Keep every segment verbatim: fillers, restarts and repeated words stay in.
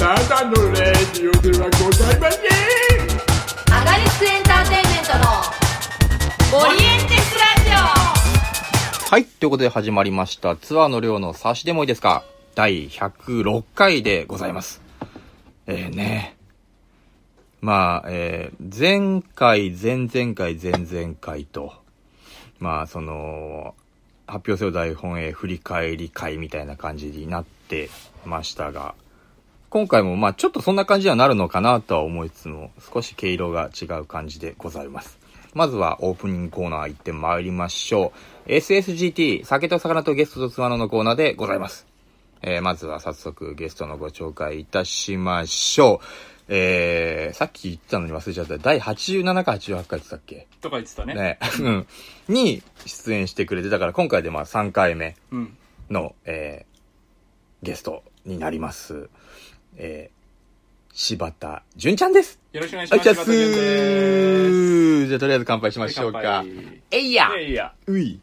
ただのレディオではございません。 アガリスクエンターテインメントのオリエンテスラジオ。 はい、ということで始まりましたツアーの寮の差しでもいいですか、だいひゃくろっかいでございます。えーねまあ、えー、前回前々回前々回とまあその発表せよ大本営振り返り会みたいな感じになってましたが、今回もまあちょっとそんな感じにはなるのかなとは思いつつも、少し毛色が違う感じでございます。まずはオープニングコーナー行ってまいりましょう。 エスエスジーティー 酒と魚とゲストとつまののコーナーでございます。えー、まずは早速ゲストのご紹介いたしましょう。えー、さっき言ったのに忘れちゃった。だいはちじゅうななかはちじゅうはちかいって言ったっけとか言ってたね。 ね。うん。に出演してくれて、だから今回でまあさんかいめの、うん、えー、ゲストになります。えー、柴田純ちゃんです。 よろしくお願いします。 はい、じゃあ、すじゃあとりあえず乾杯しましょうか。えいやえいやうい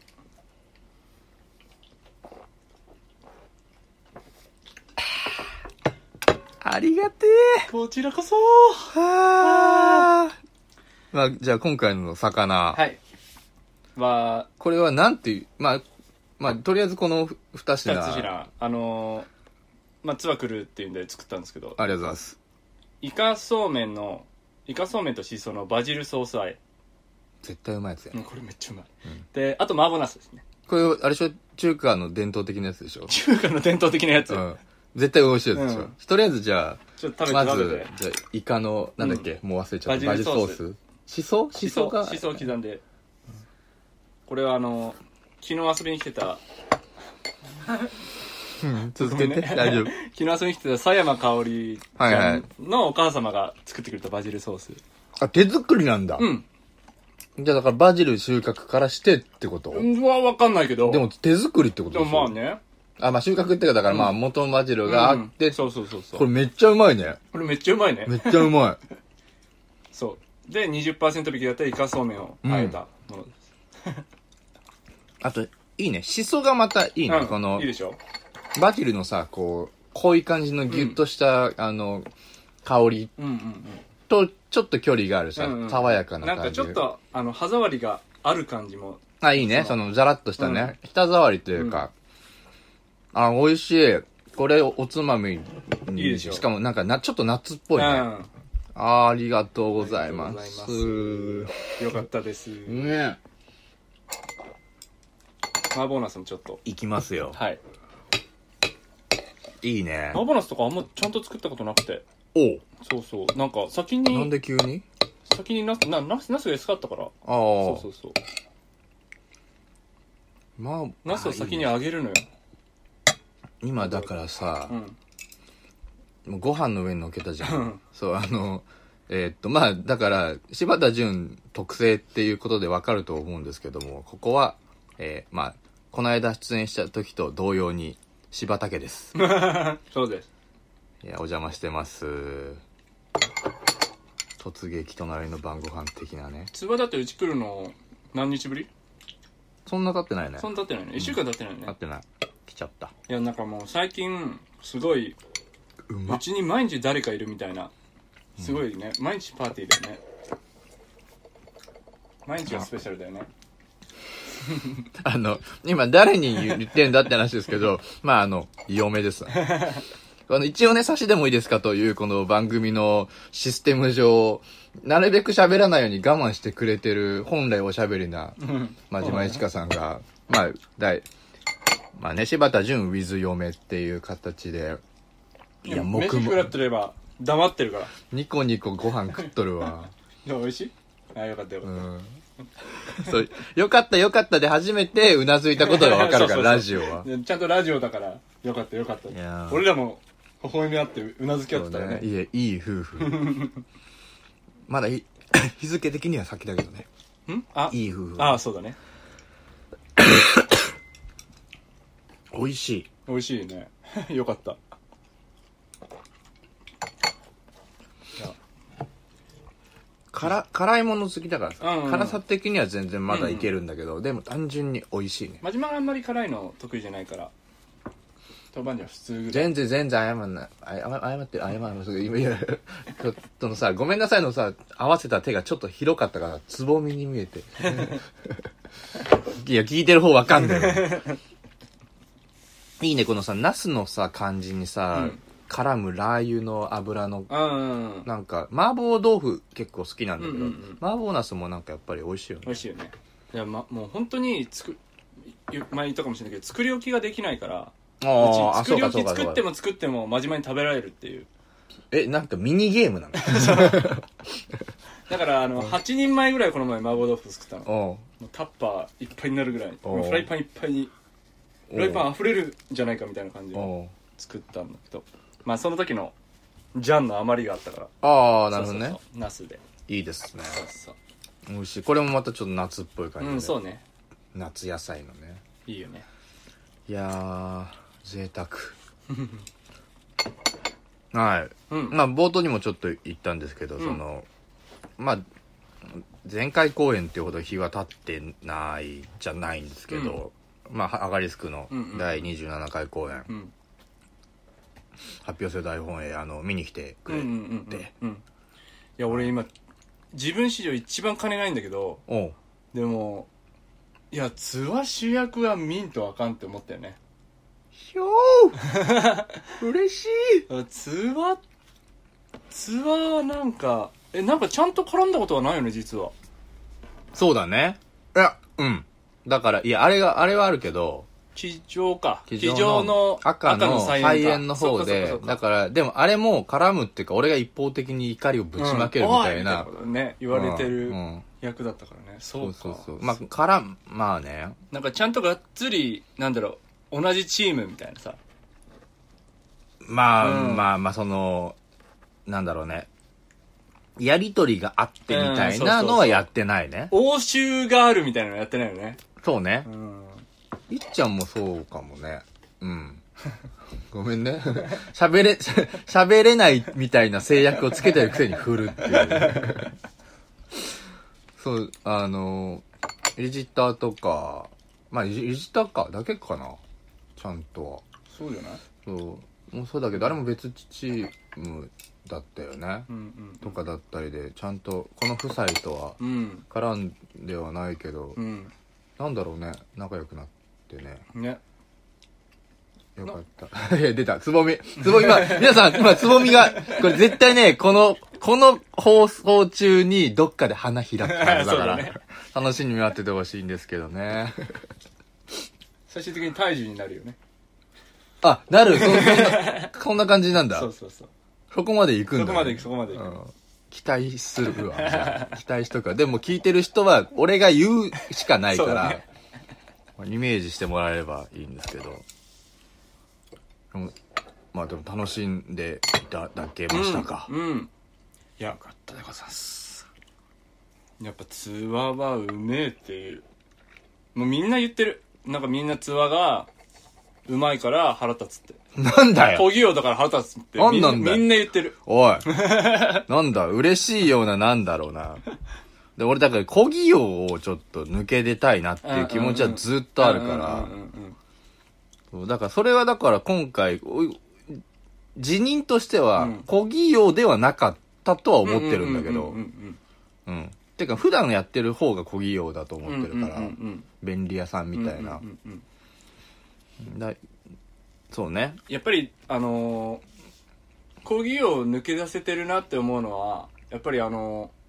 ありがてえ。 こちらこそはー。まあ、じゃあ今回の魚。 はい。は、 これはなんていう、まあ、まあ、とりあえずこの二品。 二品。あのー、まあ、ツバ来るっていうんで作ったんですけど。 ありがとうございます。 イカそうめんの、イカそうめんとシソのバジルソース和え。 絶対うまいやつや。 うん、これめっちゃうまい。うん、で、あと麻婆ナスですね。 これ、あれでしょ、中華の伝統的なやつでしょ。 中華の伝統的なやつ。 うん。絶対美味しいやつでしょ。うん、とりあえずじゃあ、 ちょっと食べてま食べて。 ず、じゃあ、イカの、なんだっけ、うん、もう忘れちゃった。バジルソース。シソシソが。シソを刻んで。うん、これはあの、昨日遊びに来てた、 うん、続けて、ね、大丈夫。 昨日遊びに来てた佐山香織ちゃんのお母様が作ってくれたバジルソース。 あ、手作りなんだ。 うん。 じゃあだからバジル収穫からしてってことはわかんないけど。 でも手作りってことでしょ。 でもまあね。 あ、まあ収穫ってかだからまあ元のバジルがあって、うん、 そうそうそうそう。 これめっちゃうまいね。 これめっちゃうまいね。 めっちゃうまい。 そう。で、にじゅっパーセント 引きだったらイカそうめんをあえたものです。うん、 あと、いいね。シソがまたいいね。うん、この、 いいでしょ。 バジルのさ、こう、濃い感じのギュッとした、うん、あの、香り。 うんうんうん。 とちょっと距離があるさ、うんうん、爽やかな感じ。 なんかちょっとあの歯触りがある感じも。 あ、いいね。そのザラッとしたね、うん、舌触りというか、うん、あ、美味しい。これおつまみに。 いいでしょ。 しかもなんかなちょっと夏っぽいね。うん、あ, ありがとうございます。 ますよかったです。 ね。 麻婆ナスもちょっといきますよ。 はい。 いいね。 麻婆ナスとかあんまちゃんと作ったことなくて。 おう。 そうそう。なんか先に。 なんで急に先にナス、な、ナス、ナスが安かったから。ああ。そうそうそう。 まあ、 ナスを先に揚げるのよ。 今だからさ、うん、もうご飯の上に乗っけたじゃん。そう、あの、えー、っと、まあ、だから、柴田純特製っていうことでわかると思うんですけども、ここは、えー、まあ、この間出演した時と同様に、柴田家です。 そうです。 いや、お邪魔してます。突撃隣の晩ご飯的なね。 つばだってうち来るの何日ぶり？ そんな経ってないね。 そんな経ってないね。一週間経ってないね。 経ってない。来ちゃった。 いや、なんかもう最近すごい、うまっ。うちに毎日誰かいるみたいな。すごいね。うん、毎日パーティーだよね。毎日がスペシャルだよね。 あの、今誰に言ってんだって話ですけど、まああの、嫁です。あの一応ね、差しでもいいですかというこの番組のシステム上、なるべく喋らないように我慢してくれてる本来おしゃべりな真島いちかさんが、まあ、大、まあね、柴田純 with 嫁っていう形で、 いや、僕も。飯食らってれば黙ってるから。 ニコニコご飯食っとるわ。 でも美味しい？あ、よかったよかった。うんそう、よかったよかったで初めてうなずいたことがわかるから、ラジオは。 ちゃんとラジオだから、よかったよかった。いや俺らも、微笑みあってうなずき合ってたらね。 いえ、いい夫婦。まだい日付的には先だけどね。 んあいい夫婦。 ああ、そうだね。 美味しい。 美味しいね。よかった。 辛, 辛いもの好きだからさ、 うんうん、 辛さ的には全然まだいけるんだけど、うんうん、でも単純に美味しいね。 真島があんまり辛いの得意じゃないから。 豆板醤普通ぐらい。 全然全然謝んない。あ謝謝って、謝る。それ今、いや、ちょっとのさ、ごめんなさいのさ、合わせた手がちょっと広かったから、つぼみに見えて。いや、聞いてる方わかんないよ。いいね、このさ、ナスのさ、感じにさ、うん絡むラー油の油の、 うんうん、 なんか麻婆豆腐結構好きなんだけど、 うんうんうん、 麻婆ナスもなんかやっぱり美味しいよね。 美味しいよね。いや、ま、もう本当に作前言ったかもしれないけど作り置きができないから、 あうち作り置き作っても作っても真面目に食べられるっていう。 え、なんかミニゲームなのだからあのはちにんまえぐらいこの前麻婆豆腐作ったの。 もうタッパーいっぱいになるぐらい、フライパンいっぱいにフライパン溢れるんじゃないかみたいな感じで作ったんだけど、まあその時のジャンの余りがあったから。 ああ、なるほどね。そうそうそう、ナスでいいですね。 そうそう、 美味しい。これもまたちょっと夏っぽい感じで、 うん、そうね、 夏野菜のね、 いいよね。 いやー贅沢はい、うん、まあ冒頭にもちょっと言ったんですけど、うん、そのまあ前回公演っていうほど日は経ってないじゃないんですけど、うん、まあアガリスクのだいにじゅうななかい公演、うんうん、発表する大本営あの見に来てくれて、うんうんうんうん、 いや俺今自分史上一番金ないんだけど、でもいやツアー主役は見んとあかんって思ったよね。 ひょー嬉しい。 ツアーツアーなんかえなんかちゃんと絡んだことはないよね実は。 そうだね。いやうんだからいやあれがあれはあるけど地上か地上の赤の菜園の方でだからでもあれも絡むっていうか俺が一方的に怒りをぶちまけるみたいな、 うん、ね言われてる役だったからね、うんうん、そうかそうそうそうまあ絡むまあねなんかちゃんとがっつりなんだろう同じチームみたいなさまあ、うん、まあまあそのなんだろうねやりとりがあってみたいなのはやってないね、 応酬があるみたいなのやってないよね。 そうね、うんいっちゃんもそうかもね。うん。ごめんね。喋れ、喋れないみたいな制約をつけてるくせに振るっていう。そう、あの、リジッターとか、まあリジッターかだけかな。ちゃんとは。 そうじゃない？ そう。もうそうだけど、誰も別チームだったよね。うんうんうん、とかだったりで、ちゃんと、この夫妻とは絡んではないけど、うん、なんだろうね、仲良くなって。ね、 ねよかったいや出たつぼみつぼみ今皆さん今つぼみがこれ絶対ねこのこの放送中にどっかで花開くはずだからね、楽しみに待っててほしいんですけどね最終的に大樹になるよね。 あなる そ, そんなこんな感じなんだ。 そうそうそうそこまで行くんだ、ね、 そこまで行くそこまで行く、うん、 期待するわじゃあ期待しとくわ。でも聞いてる人は俺が言うしかないからイメージしてもらえればいいんですけど、うん、まあでも楽しんでいただけましたか。 うん、うん、いやよかったでございます。やっぱツアーはうめえっていうもうみんな言ってる。なんかみんなツアーがうまいから腹立つって。 なんだよ小技用だから腹立つってなんなんだよみんな言ってる。 おいなんだ嬉しいようななんだろうなで俺だから小技用をちょっと抜け出たいなっていう気持ちはずっとあるからだからそれはだから今回辞任としては小技用ではなかったとは思ってるんだけどうんてか普段やってる方が小技用だと思ってるから便利屋さんみたいなだそうねやっぱりあのー、小技用を抜け出せてるなって思うのはやっぱりあのー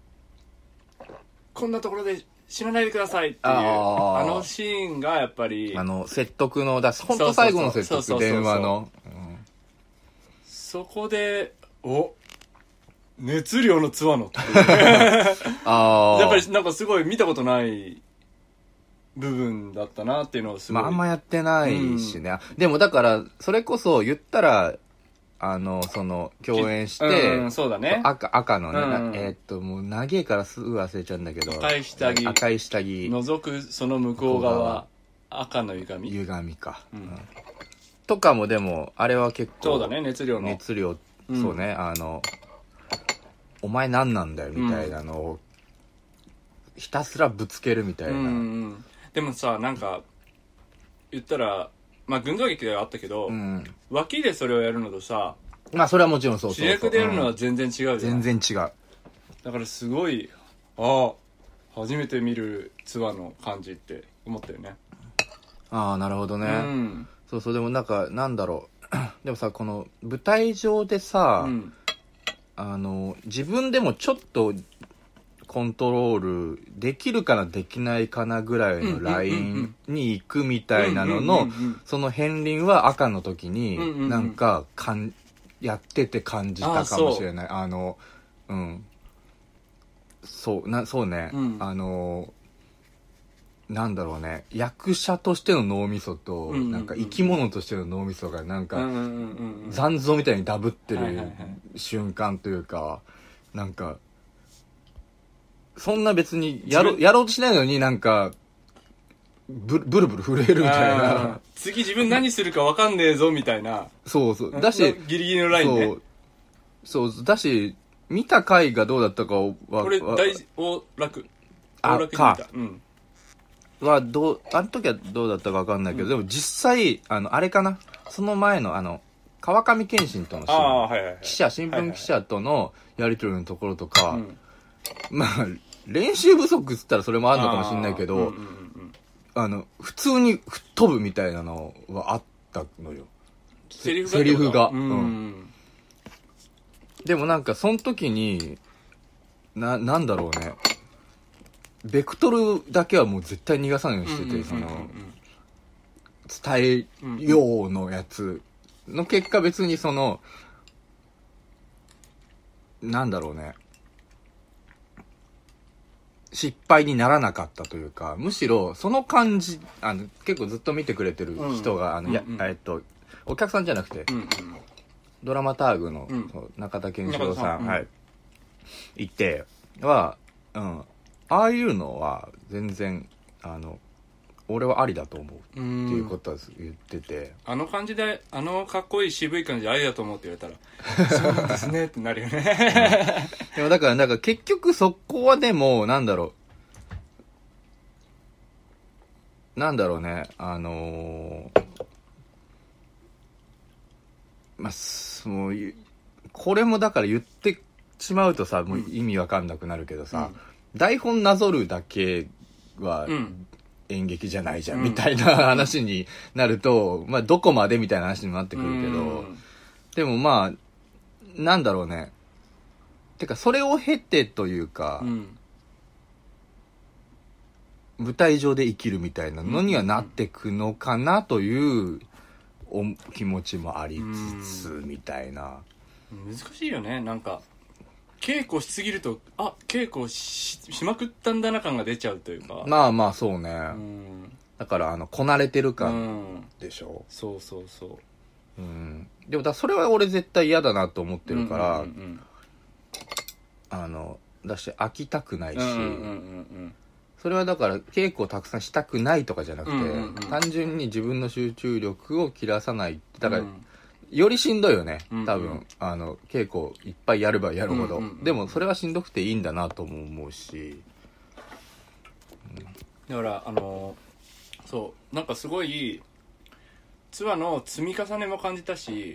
こんなところで死なないでくださいっていうあ, あのシーンがやっぱりあの説得のだ本当最後の説得電話のそこでお熱量のツアーのってあやっぱりなんかすごい見たことない部分だったなっていうのをすごい、 まあ、あんまやってないしね、うん、でもだからそれこそ言ったらあのその共演して、 うん、そうだね赤赤のね、うん、えー、っともう長えからすぐ忘れちゃうんだけど赤い下着赤い下着覗くその向こう側赤の歪み歪みか、うんうん、とかもでもあれは結構そうだね熱量の熱量、うん、そうねあのお前何なんだよみたいなのをひたすらぶつけるみたいな、うんうん、 でもさなんか言ったらまあ群像劇ではあったけど、 うん、 脇でそれをやるのとさ、 まあそれはもちろんそうそうそう、 主役でやるのは全然違うじゃん、うん、 全然違う。 だからすごい、ああ初めて見るツアーの感じって思ったよね。 ああなるほどね、 うん、 そうそう。でもなんかなんだろうでもさ、この舞台上でさ、うん、あの自分でもちょっとコントロールできるかなできないかなぐらいのラインに行くみたいなののその片鱗は赤の時になんかかんやってて感じたかもしれない。 あ, あのうんそうなそうね、うん、あのなんだろうね、役者としての脳みそと、うんうんうん、なんか生き物としての脳みそがなんか、うんうんうんうん、残像みたいにダブってる瞬間というか、なんかそんな別にやろやろうとしないのになんかブルブルブル震えるみたいな、 次自分何するか分かんねえぞみたいな、 そうそうだしギリギリのラインね、 そうそうだし見た回がどうだったかは俺大大楽大楽か、うん、はどうあの時はどうだったか分かんないけど、うん、でも実際あのあれかな、その前のあの川上謙信とのシーン、 はいはいはい、 記者新聞記者とのやり取りのところとか、はいはいはい、まあ練習不足っつったらそれもあるのかもしれないけど、あ、うんうんうん、あの普通に吹っ飛ぶみたいなのはあったのよ、 セリフがセリフが、 うんうん、 でもなんかその時にな、なんだろうね、ベクトルだけはもう絶対逃がさないようにしてて、うんうんうんうん、その伝えようのやつの結果別にそのなんだろうね、失敗にならなかったというか、むしろその感じ、あの結構ずっと見てくれてる人が、うん、あの、うんうん、やえっとお客さんじゃなくて、うんうん、ドラマターグの、うん、中田健志郎さん、うん、はい、いては、うん、ああいうのは全然あの俺はありだと思うっていうことは言ってて、 あの感じであのかっこいい渋い感じでありだと思うって言われたらそうなんですねってなるよね、 うん、でもだからなんか結局そこはでもなんだろうなんだろうね、あのー、まあそういうこれもだから言ってしまうとさもう意味わかんなくなるけどさ、うん、台本なぞるだけは、うん演劇じゃないじゃん、うん、みたいな話になると、まあどこまでみたいな話にもなってくるけど、うん、でもまあなんだろうね、てかそれを経てというか、うん、舞台上で生きるみたいなのにはなってくのかなというお気持ちもありつつ、うん、みたいな。 難しいよね、なんか稽古しすぎるとあ稽古 し, しまくったんだな感が出ちゃうというか、 まあまあそうね、うん、だからあのこなれてる感でしょ、うん、 そうそうそう、 うん、でもだそれは俺絶対嫌だなと思ってるから、うんうんうんうん、あのだし飽きたくないし、うんうんうんうん、それはだから稽古をたくさんしたくないとかじゃなくて、うんうんうん、単純に自分の集中力を切らさないだから、うんよりしんどいよね多分、うんうん、あの稽古いっぱいやればやるほど、うんうんうん、でもそれはしんどくていいんだなとも思うし、 うん、だからあのー、そうなんかすごいツアーの積み重ねも感じたし、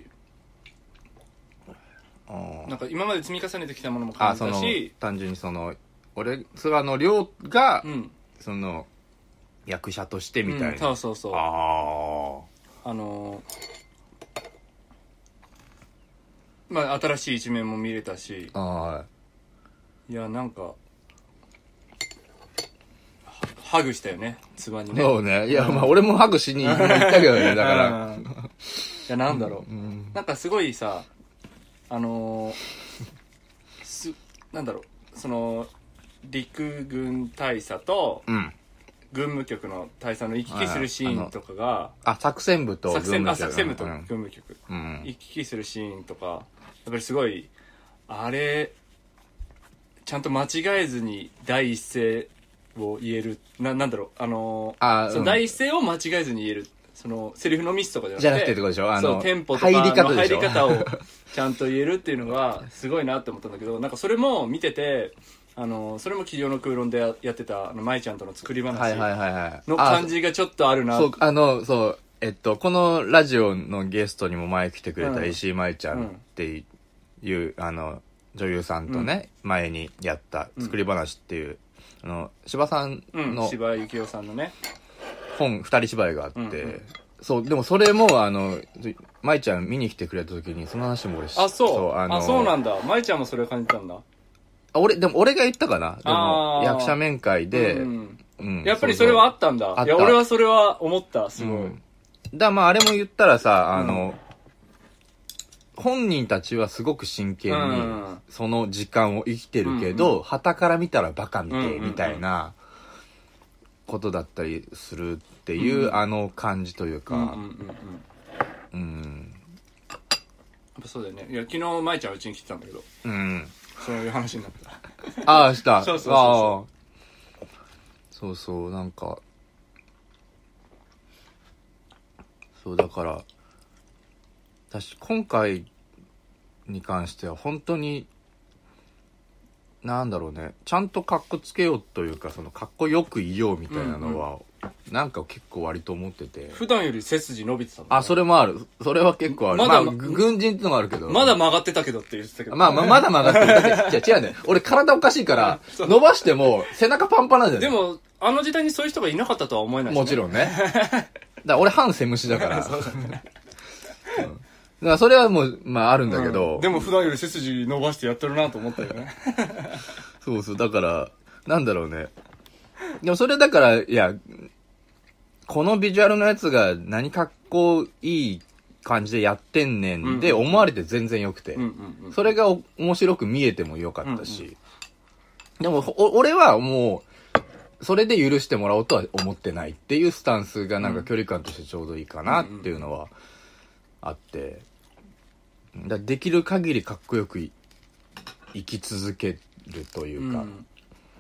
あなんか今まで積み重ねてきたものも感じたし、 単純にその俺ツアーの量が、うん、その役者としてみたいな、うん、 そうそうそう、ああのーまあ、新しい一面も見れたし、 あいやなんかハグしたよねつばにね。 そうね、いやまあ俺もハグしに行ったけどねだからいやなんだろう、うん、なんかすごいさあのー、すなんだろうその陸軍大佐と、うん軍務局の大佐の行き来するシーンとかが、 ああ作戦部と軍務局、 あ作戦部と軍務局、うん、行き来するシーンとかやっぱりすごいあれちゃんと間違えずに第一声を言える な, なんだろうあのあその第一声を間違えずに言えるそのセリフのミスとかじゃなくてじゃなくてってことでしょ、あのそうテンポとかの入り方でしょ、入り方をちゃんと言えるっていうのがすごいなって思ったんだけどなんかそれも見ててあのそれも机上の空論でやってたあの舞ちゃんとの作り話の感じがちょっとあるな、 そうあのそうえっと、このラジオのゲストにも前来てくれた石井舞ちゃんっていう、あの、女優さんとね、うん、前にやった作り話っていう、うん、あの、柴さんの、うん、 柴幸夫さんのね、 本、二人芝居があって、うんうん、そう、でもそれも、あの、舞ちゃん見に来てくれた時に、その話も俺し、あ、そう。そうあのあ、そうなんだ。舞ちゃんもそれを感じたんだ。 あ、俺、でも俺が言ったかな。でも、役者面会で、 うんうん、やっぱりそれはあったんだ。いや、俺はそれは思った、すごい。うんだまああれも言ったらさ、あの、うん、本人たちはすごく真剣にその時間を生きてるけど、傍から見たらバカみてえみたいなことだったりするっていう、うん、あの感じというか、うん。 うん、やっぱそうだよね。いや、昨日舞ちゃんうちに来てたんだけど、うん。そういう話になった。 ああ、した。 そうそうそうそう。 そうそう、なんか、そうだから私今回に関しては本当になんだろうねちゃんとカッコつけようというかそのかっこよくいようみたいなのは、うんうん、なんか結構割と思ってて普段より背筋伸びてたの、ね、 あそれもあるそれは結構あるまだ、まあ、軍人ってのがあるけどまだ曲がってたけどって言ってたけどまあまあまだ曲がってるだって違うね俺体おかしいから伸ばしても背中パンパンなんじゃないでもあの時代にそういう人がいなかったとは思えないし、ね、 もちろんねだから俺反セムシだからそうだね、うん、だからそれはもうまああるんだけど、 うん、でも普段より背筋伸ばしてやってるなと思ったよねそうそうだからなんだろうねでもそれだからいやこのビジュアルのやつが何かっこいい感じでやってんねんで思われて全然よくて、うんうんうん、それが面白く見えてもよかったし、うんうん、でも俺はもうそれで許してもらおうとは思ってないっていうスタンスがなんか距離感としてちょうどいいかなっていうのはあってだできる限りかっこよく生き続けるというか、うん、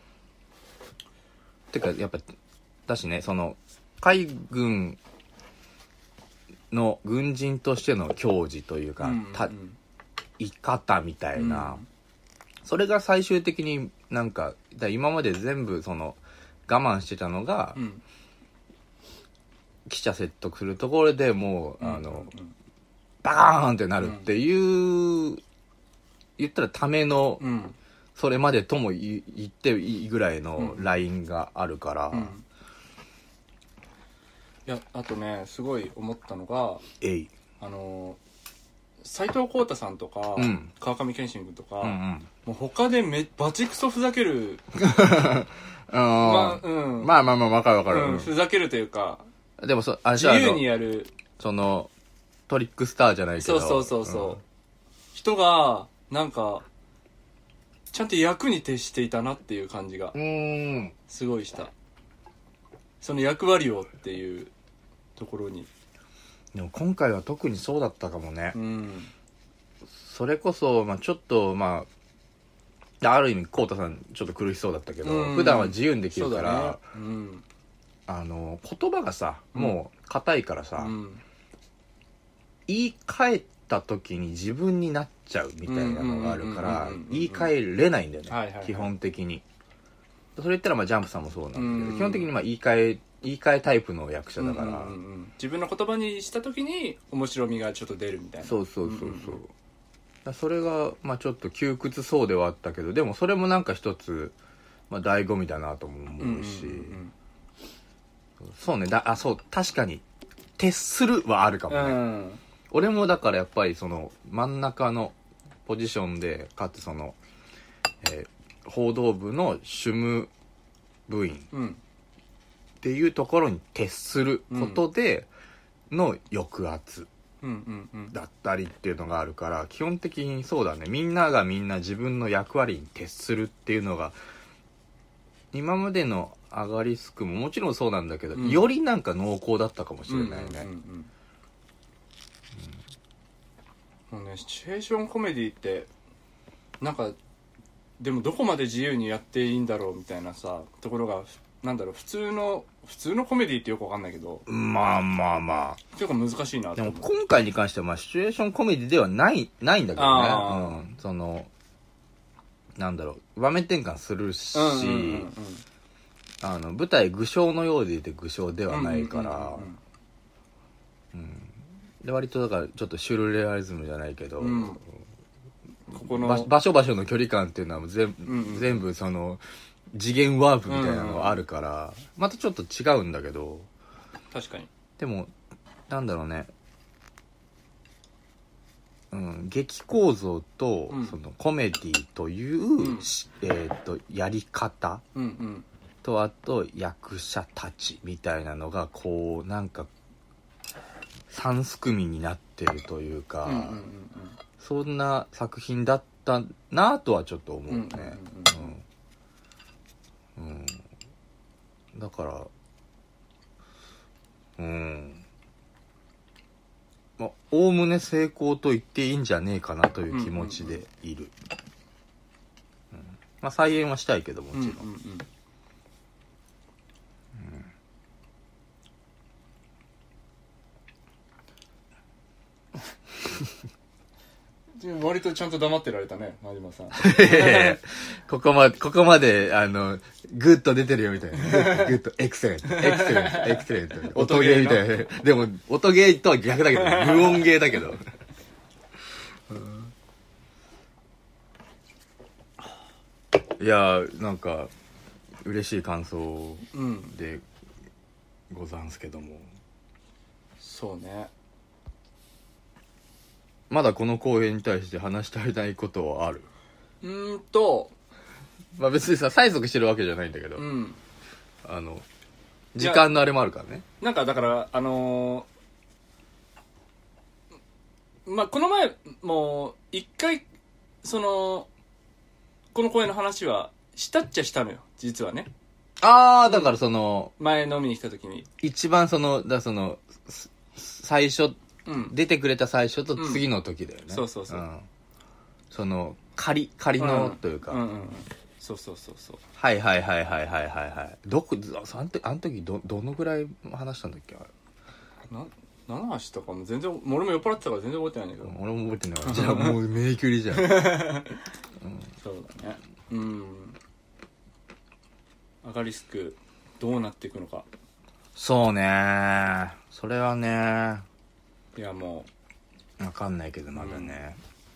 てかやっぱだしねその海軍の軍人としての矜持というか、うんうんうん、た生き方みたいな、うん、それが最終的になんかだ今まで全部その我慢してたのが、うん、記者説得するところでもう、うん、あの、うん、バカーンってなるっていう、うん、言ったらための、うん、それまでとも言っていいぐらいのラインがあるから、うんうん、いやあとねすごい思ったのがえいあの斉藤浩太さんとか、うん、川上健信君とか、うんうん、もう他でめバチクソふざけるまあ、うん、まあまあまあわかるわかる、 うん、ふざけるというかでもそあ自由にやるそのトリックスターじゃないけどそうそうそうそう、うん、人がなんかちゃんと役に徹していたなっていう感じがうんすごいしたその役割をっていうところにでも今回は特にそうだったかもね、うん、それこそ、まあ、ちょっとまあある意味コウタさんちょっと苦しそうだったけど、うん、普段は自由にできるから、ねうん、あの言葉がさ、うん、もう硬いからさ、うん、言い換えた時に自分になっちゃうみたいなのがあるから言い換えれないんだよね、はいはいはい、基本的にそれ言ったらまあジャンプさんもそうなんだけど、うん、基本的にまあ言い換え言い換えタイプの役者だから、うんうんうん、 自分の言葉にした時に面白みがちょっと出るみたいなそうそうそうそう、うんうんそれが、まあちょっと窮屈そうではあったけど、でもそれもなんか一つ、まあ醍醐味だなとも思うし、うんうんうん、そうね、だ、あ、そう、確かに、徹するはあるかもね。うん、俺もだからやっぱりその真ん中のポジションで、かつその、えー、報道部の主務部員っていうところに徹することでの抑圧。だったりっていうのがあるから基本的にそうだねみんながみんな自分の役割に徹するっていうのが今までのアガリスクももちろんそうなんだけど、うん、よりなんか濃厚だったかもしれないね、うんうんうんうん、もうねシチュエーションコメディってなんかでもどこまで自由にやっていいんだろうみたいなさところがなんだろう普通の普通のコメディってよくわかんないけどまあまあまあ結構難しいなと思う。でも今回に関してはまあシチュエーションコメディではないないんだけどね、うん、そのなんだろう場面転換するし、うんうんうんうん、あの舞台具象のようでいて具象ではないから、うんうんうんうん、 うんで割とだからちょっとシュルレアリズムじゃないけど、 うん、ここの場場所場所の距離感っていうのはもう全,、 うんうん、 全部その次元ワープみたいなのがあるから、うんうん、またちょっと違うんだけど、 確かにでもなんだろうね、うん、劇構造と、 うん、 そのコメディという、うん、えー、とやり方、 うんうん、 とあと役者たちみたいなのがこうなんか三すくみになってるというか、うんうんうんうん、そんな作品だったなとはちょっと思うね、うんうんうんうん、だからうんまあおおむね成功と言っていいんじゃねえかなという気持ちでいる、うんうんうん、まあ再演はしたいけどもちろん、うんうんうん割とちゃんと黙ってられたね、真島さん。 ここまで、ここまで、あの、グッと出てるよみたいな。グッと、エクセレント、エクセレント、エクセレント。音ゲーみたいな。でも、音ゲーとは逆だけど、無音ゲーだけど。いやー、なんか、嬉しい感想でござんすけども。うん、 そうね。 まだこの公演に対して話してあげたいことはある？ うーんとまあ別にさ催促してるわけじゃないんだけど、うん、あの時間のあれもあるからね。 なんかだからあのー、まあこの前もう一回そのこの公演の話はしたっちゃしたのよ実はね。 ああだからその、 うん、前飲みに来た時に一番そのだその最初うん、出てくれた最初と次の時だよね、 うん、そうそうそう、うん、 その仮仮のというか、うんうんうん、 そうそうそうそうはいはいはいはいはいはいはいどこあんあの時どどのぐらい話したんだっけあれな何話したかも全然俺も酔っ払ってたから全然覚えてないんだけど、 俺も覚えてないからじゃあもう迷宮入りじゃん、うん、 そうだねうんアガリスクどうなっていくのかそうねそれはねいやもう分かんないけどまだね、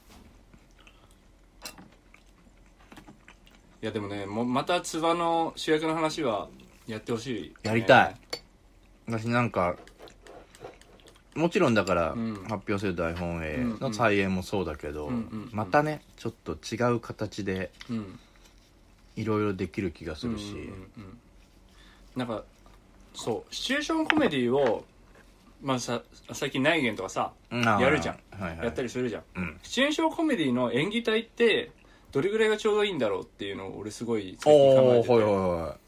うん、いやでもねもまたツバの主役の話はやってほしい、ね、 やりたい私なんかもちろんだから、うん、発表する大本営の再演もそうだけど、うんうん、またねちょっと違う形でいろいろできる気がするし、うんうんうん、 なんかそうシチュエーションコメディをまあさ最近内言とかさやるじゃん、はいはい、やったりするじゃん、うん、シチュエーションコメディの演技体ってどれぐらいがちょうどいいんだろうっていうのを俺すごい最近考えてて、はいはいはい、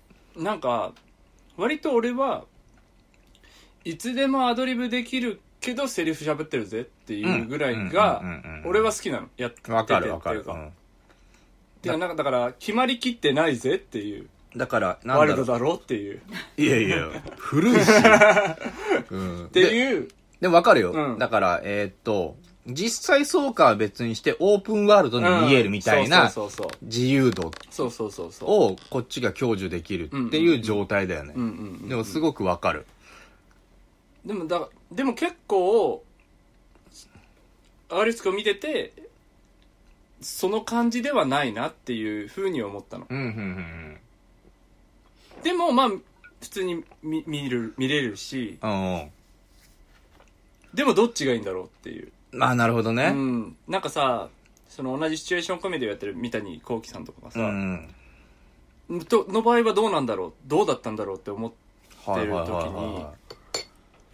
なんか割と俺はいつでもアドリブできるけどセリフ喋ってるぜっていうぐらいが俺は好きなのやっててわかるわかる、うん、 てかなんかだから決まりきってないぜっていうだからなんだろうワイルドだろっていういやいや古いし、 うん、っていうで, でも分かるよ、うん、だからえー、っと実際そうかは別にしてオープンワールドに見えるみたいな自由度をこっちが享受できるっていう状態だよねでもすごく分かるでもだでも結構アガリスクを見ててその感じではないなっていう風に思ったの、うんうんうんでもまあ普通に 見, 見, る見れるし、うん、でもどっちがいいんだろうっていうまあなるほどね、 うん、なんかさその同じシチュエーションコメディをやってる三谷幸喜さんとかがさ、うんうん、との場合はどうなんだろうどうだったんだろうって思ってる時に、はいはいはいはい、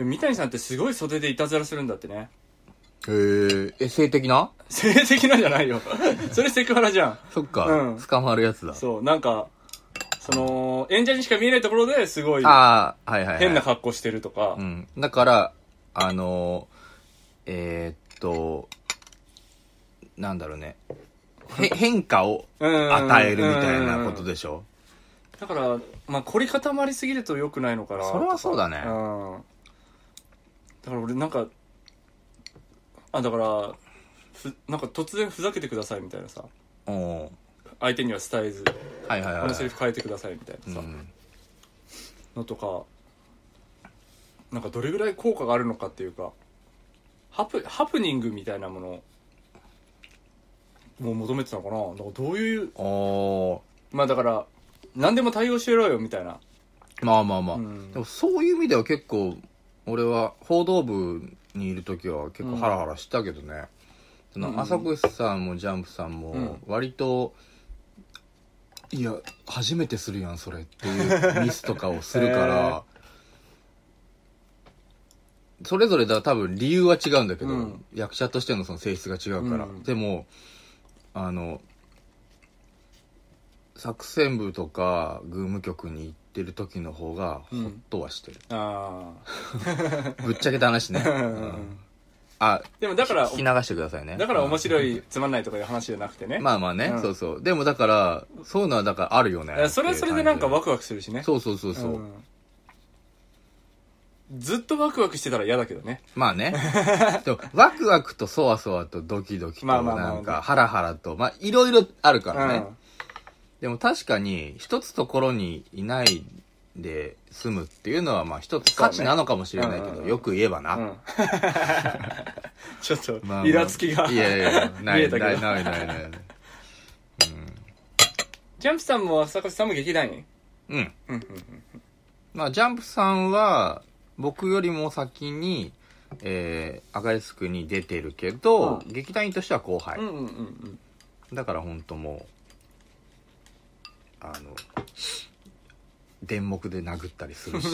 三谷さんってすごい袖でいたずらするんだってねへーえ性的な性的なじゃないよそれセクハラじゃんそっか、うん、捕まるやつだそうなんかその演者にしか見えないところですごい変な格好してるとか、 うん、だからあのえー、っとなんだろうね変化を与えるみたいなことでしょだからまあ凝り固まりすぎると良くないのかなそれはそうだね、 うん、だから俺なんかあだからふなんか突然ふざけてくださいみたいなさお相手には伝えず、はいはいはい、このセリフ変えてくださいみたいなさ、うん、のとかなんかどれぐらい効果があるのかっていうか、ハプハプニングみたいなものをもう求めてたのかな。だからどういう、 あまあだから何でも対応してろよみたいな。 まあまあまあ、 うん、 でもそういう意味では結構俺は報道部にいる時は結構ハラハラしたけどね、その朝越さんもジャンプさんも割と、うん、いや初めてするやんそれっていうミスとかをするから、えー、それぞれだ多分理由は違うんだけど、うん、役者としてのその性質が違うから、うん、でもあの作戦部とか軍務局に行ってる時の方がホッとはしてる、うん、あぶっちゃけた話ね、うん、あでもだから聞き流してくださいね。 だから面白い、うん、つまんないとかいう話じゃなくてね、 まあまあね、うん、そうそう。でもだからそういうのはだからあるよね。 それはそれでなんかワクワクするしね。 そうそうそうそう、うん、 ずっとワクワクしてたら嫌だけどね。 まあねでもワクワクとそわそわとドキドキとなんかハラハラとまあいろいろあるからね、うん、でも確かに一つところにいないで済むっていうのはまあ一つ価値なのかもしれないけど、ねうんうん、よく言えばな、うん、 ちょっとイラつきが、まあまあ、いやいやないないないないない、うん、 ジャンプさんも朝越さんも劇団員、 うんうんうんうん、まあジャンプさんは僕よりも先にえー、アガリスクに出てるけど、うん、劇団員としては後輩、うんうんうんうん、だから本当もうあの電目で殴ったりするし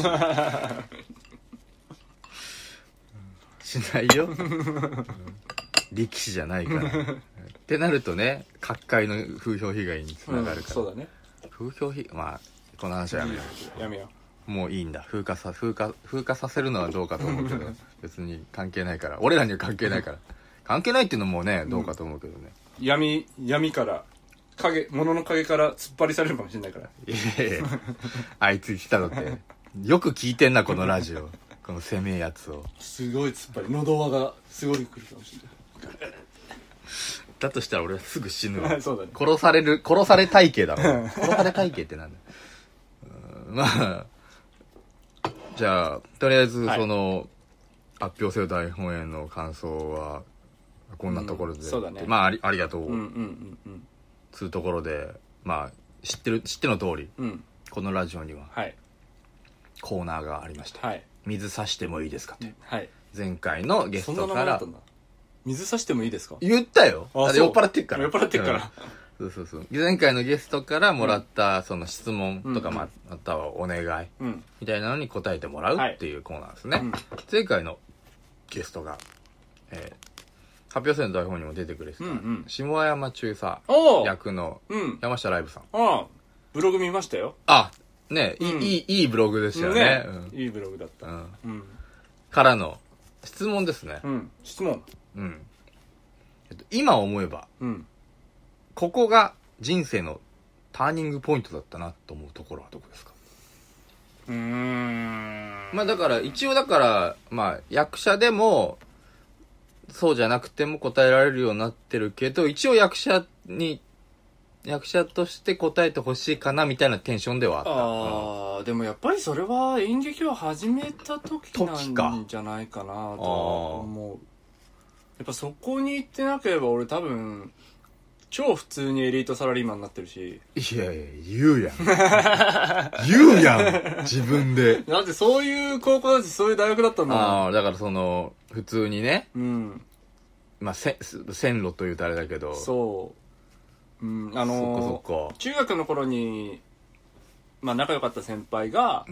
しないよ力士じゃないからってなるとね各界の風評被害につながるから、うん、 そうだね風評被害まあこの話はやめようやめようもういいんだ風化さ風化風化させるのはどうかと思うけど別に関係ないから俺らには関係ないから関係ないっていうのもねどうかと思うけどね、 うん、闇闇から影物の影から突っ張りされるかもしれないからいやいやあいつ来たのってよく聞いてんなこのラジオこの攻めえやつをすごい突っ張り喉輪がすごい来るかもしれないだとしたら俺はすぐ死ぬわそうだね、 殺される殺され体型だろ殺され体型ってなんだまあじゃあとりあえずその、はい、発表せよ大本営の感想はこんなところで、うん、 そうだねまああり、ありがとう、 うんうんうんうん、 つうところでまあ知ってる知っての通り、うん、このラジオには、はい、コーナーがありました、はい、水差してもいいですかって、はい、前回のゲストから水差してもいいですか言ったよあれ酔っ払ってっから酔っ払ってっから、 うん、そうそうそう前回のゲストからもらったその質問とか、うん、またはお願い、うん、みたいなのに答えてもらうっていうコーナーですね、はい、前回のゲストが、えー、発表せよの台本にも出てくれてた、うんうん、下山中佐役の山下ライブさん、 うん、あブログ見ましたよあね、うん、いいいいブログでしたよね、ねうん、いいブログだった、うんうん、 からの質問ですね、 うん、質問うん、えっと、今思えば、うん、ここが人生のターニングポイントだったなと思うところはどこですか？ うーんまあだから一応だからまあ役者でもそうじゃなくても答えられるようになってるけど一応役者に役者として答えてほしいかなみたいなテンションではあった。 ああ、うん、でもやっぱりそれは演劇を始めた時なんじゃないかなと思う。やっぱそこに行ってなければ俺多分超普通にエリートサラリーマンになってるし。 いやいや言うやん言うやん自分で。 だってそういう高校だしそういう大学だったんだもん。 ああだからその普通にね、うんまあせ線路というとあれだけどそううんあのー、そっかそっか中学の頃にまあ仲良かった先輩が、うん、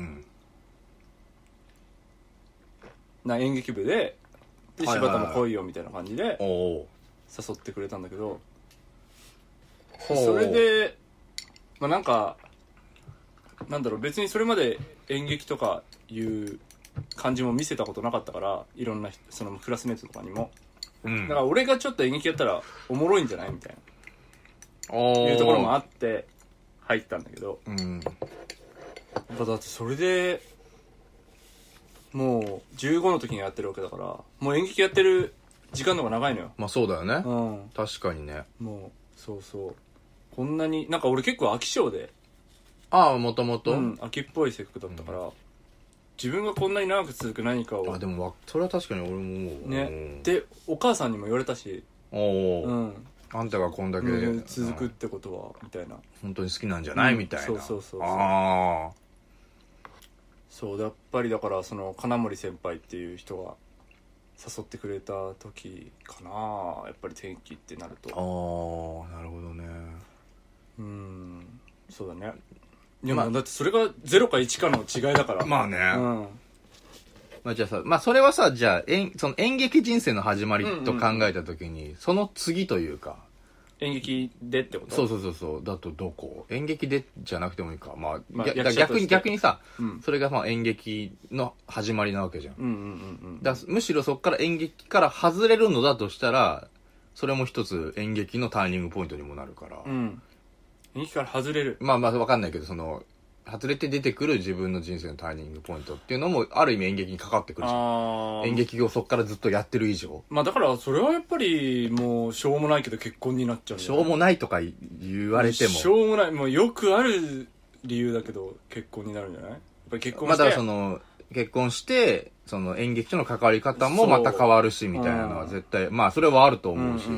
な演劇部でで柴田も来いよみたいな感じで誘ってくれたんだけど、それでまあなんかなんだろう別にそれまで演劇とかいう感じも見せたことなかったからいろんなそのクラスメートとかにも、うん、だから俺がちょっと演劇やったらおもろいんじゃないみたいないうところもあって入ったんだけど、うん、だってそれでもうじゅうごの時にやってるわけだからもう演劇やってる時間の方が長いのよ。 まあそうだよね、うん、確かにね。 もうそうそうこんなになんか俺結構飽き性でああもともと秋っぽい制服だったから、 自分がこんなに長く続く何かをあでもわそれは確かに俺も思うねでお母さんにも言われたしおお、 うん、 あんたがこんだけ、 うん、続くってことはみたいな本当に好きなんじゃない、うん、みたいなそうそうそうそうああそうやっぱりだからその金森先輩っていう人が誘ってくれた時かなやっぱり天気ってなるとああなるほどねうんそうだねいや、まあ、だってそれがゼロかいちかの違いだからまあね、 うんまあ、じゃあさまあそれはさじゃあ演その演劇人生の始まりと考えた時に、うんうん、その次というか演劇でってことそうそうそうそうだとどこ演劇でじゃなくてもいいかまあ、 まあ、 逆に逆にさ、 うん、 それがまあ演劇の始まりなわけじゃん、 うんうんうんうん、 だむしろそこから演劇から外れるのだとしたらそれも一つ演劇のターニングポイントにもなるから、 うん、演劇から外れるまあまあわかんないけどその外れて出てくる自分の人生のターニングポイントっていうのもある意味演劇にかかってくるじゃん演劇をそこからずっとやってる以上まあだからそれはやっぱりもうしょうもないけど結婚になっちゃうしょうもないとか言われてもしょうもないもうよくある理由だけど結婚になるんじゃないやっぱり結婚してまあだからその結婚してその演劇との関わり方もまた変わるしみたいなのは絶対まあそれはあると思うし、うんうんうん、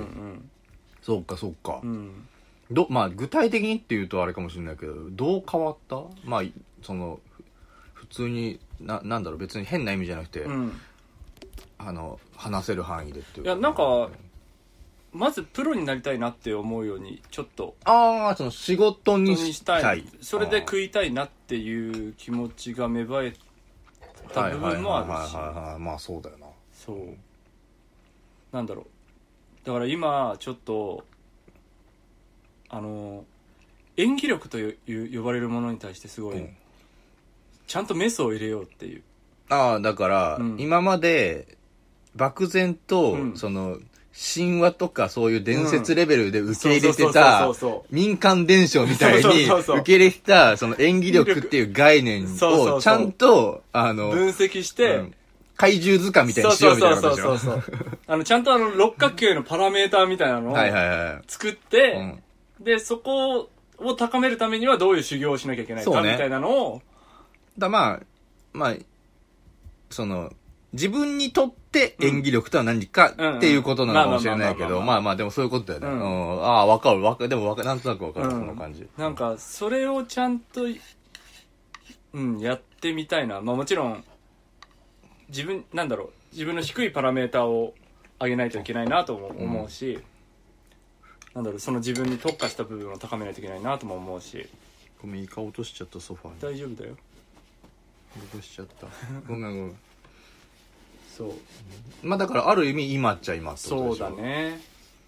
そうかそうか、うんどまあ具体的にっていうとあれかもしれないけどどう変わったまあその普通にななんだろう別に変な意味じゃなくて、うん、あの話せる範囲でっていういやなんかまずプロになりたいなって思うようにちょっとああその仕事にしたいそれで食いたいなっていう気持ちが芽生えた部分もあるしまあそうだよなそうなんだろうだから今ちょっとあの演技力という呼ばれるものに対してすごい、うん、ちゃんとメスを入れようっていうああだから、うん、今まで漠然と、うん、その神話とかそういう伝説レベルで受け入れてた民間伝承みたいに受け入れてたその演技力っていう概念をちゃんとあの分析して、うん怪獣図鑑みたいにしようみたいなことでしょ。 そうそうそうそうあのちゃんとあの六角形のパラメーターみたいなのを作って、はいはいはい、でそこを高めるためにはどういう修行をしなきゃいけないか、ね、みたいなのをだまあまあその自分にとって演技力とは何かっていうことなのかもしれないけどまあまあでもそういうことだよね、うんうん、ああ分かる分かるでも分かなんとなく分かる、うん、その感じなんかそれをちゃんとうんやってみたいなまあもちろん自分なんだろう自分の低いパラメーターを上げないといけないなとも思うし、うん、なんだろうその自分に特化した部分を高めないといけないなとも思うしごめんイカ落としちゃったソファーに大丈夫だよ落としちゃったごめんごめんそうまあだからある意味今っちゃ今ってことでしょそうだね